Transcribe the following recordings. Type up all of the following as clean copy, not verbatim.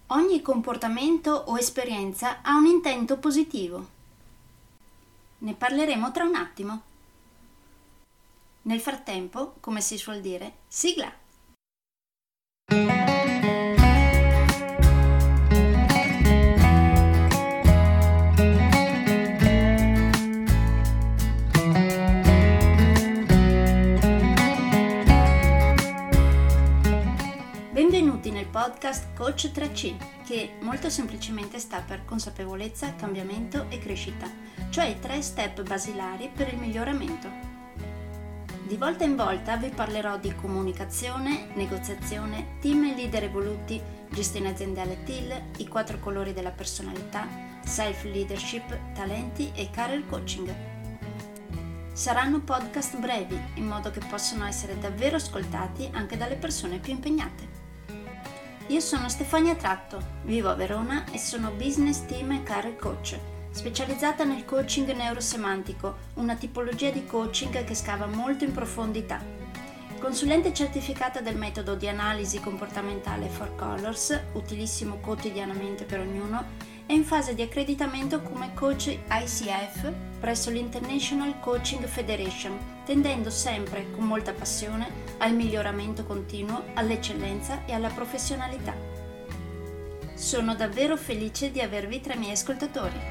Ogni comportamento o esperienza ha un intento positivo. Ne parleremo tra un attimo. Nel frattempo, come si suol dire, sigla! Benvenuti nel podcast Coach 3C, che molto semplicemente sta per consapevolezza, cambiamento e crescita, cioè i 3 step basilari per il miglioramento. Di volta in volta vi parlerò di comunicazione, negoziazione, team e leader evoluti, gestione aziendale TIL, i 4 colori della personalità, self-leadership, talenti e career coaching. Saranno podcast brevi, in modo che possano essere davvero ascoltati anche dalle persone più impegnate. Io sono Stefania Tratto, vivo a Verona e sono business team e career coach, specializzata nel coaching neurosemantico, una tipologia di coaching che scava molto in profondità. Consulente certificata del metodo di analisi comportamentale 4Colors, utilissimo quotidianamente per ognuno, e in fase di accreditamento come coach ICF presso l'International Coaching Federation, tendendo sempre con molta passione al miglioramento continuo, all'eccellenza e alla professionalità. Sono davvero felice di avervi tra i miei ascoltatori.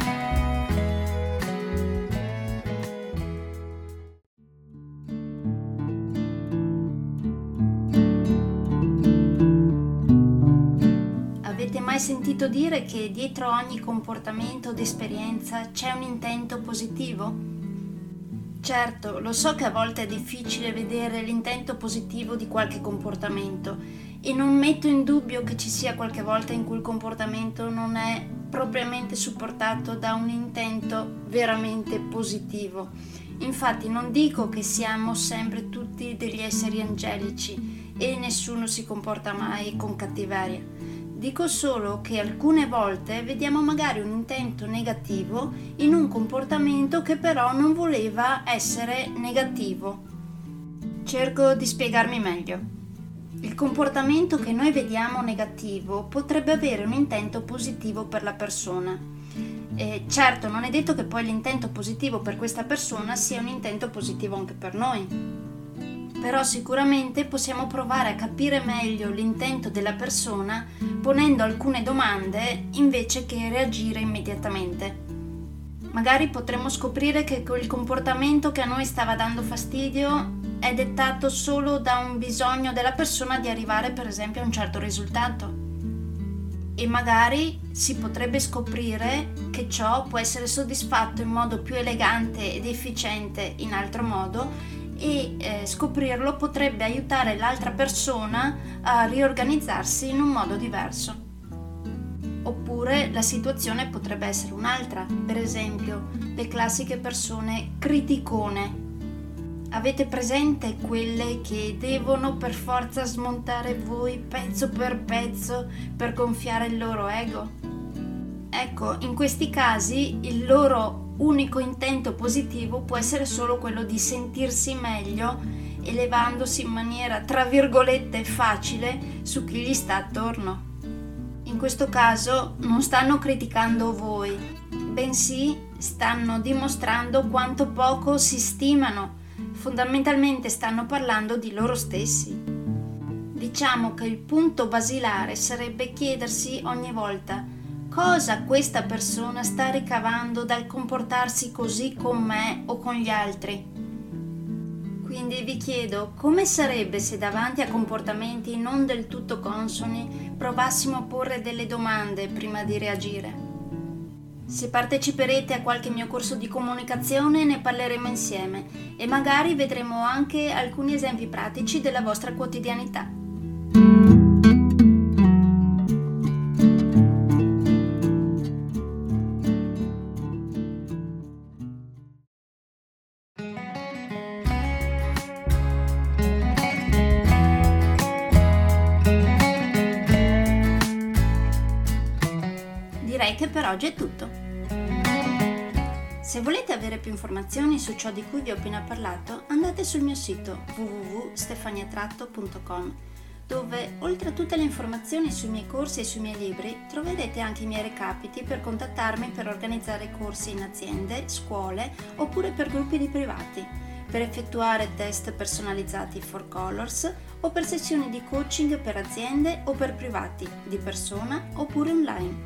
Avete mai sentito dire che dietro ogni comportamento o esperienza c'è un intento positivo? Certo, lo so che a volte è difficile vedere l'intento positivo di qualche comportamento e non metto in dubbio che ci sia qualche volta in cui il comportamento non è propriamente supportato da un intento veramente positivo. Infatti non dico che siamo sempre tutti degli esseri angelici e nessuno si comporta mai con cattiveria. Dico solo che alcune volte vediamo magari un intento negativo in un comportamento che però non voleva essere negativo. Cerco di spiegarmi meglio. Il comportamento che noi vediamo negativo potrebbe avere un intento positivo per la persona. E certo, non è detto che poi l'intento positivo per questa persona sia un intento positivo anche per noi. Però sicuramente possiamo provare a capire meglio l'intento della persona ponendo alcune domande invece che reagire immediatamente. Magari potremmo scoprire che quel comportamento che a noi stava dando fastidio è dettato solo da un bisogno della persona di arrivare per esempio a un certo risultato. E magari si potrebbe scoprire che ciò può essere soddisfatto in modo più elegante ed efficiente in altro modo e scoprirlo potrebbe aiutare l'altra persona a riorganizzarsi in un modo diverso. Oppure la situazione potrebbe essere un'altra, per esempio le classiche persone criticone. Avete presente quelle che devono per forza smontare voi pezzo per gonfiare il loro ego? Ecco, in questi casi il loro unico intento positivo può essere solo quello di sentirsi meglio, elevandosi in maniera tra virgolette facile su chi gli sta attorno. In questo caso non stanno criticando voi, bensì stanno dimostrando quanto poco si stimano, fondamentalmente stanno parlando di loro stessi. Diciamo che il punto basilare sarebbe chiedersi ogni volta: cosa questa persona sta ricavando dal comportarsi così con me o con gli altri? Quindi vi chiedo, come sarebbe se davanti a comportamenti non del tutto consoni provassimo a porre delle domande prima di reagire? Se parteciperete a qualche mio corso di comunicazione ne parleremo insieme e magari vedremo anche alcuni esempi pratici della vostra quotidianità. Direi che per oggi è tutto. Se volete avere più informazioni su ciò di cui vi ho appena parlato, andate sul mio sito www.stefaniatratto.com, dove, oltre a tutte le informazioni sui miei corsi e sui miei libri, troverete anche i miei recapiti per contattarmi per organizzare corsi in aziende, scuole oppure per gruppi di privati, per effettuare test personalizzati 4Colors o per sessioni di coaching per aziende o per privati, di persona oppure online.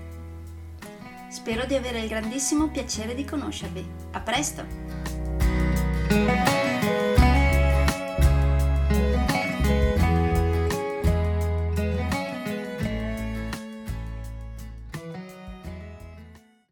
Spero di avere il grandissimo piacere di conoscervi. A presto!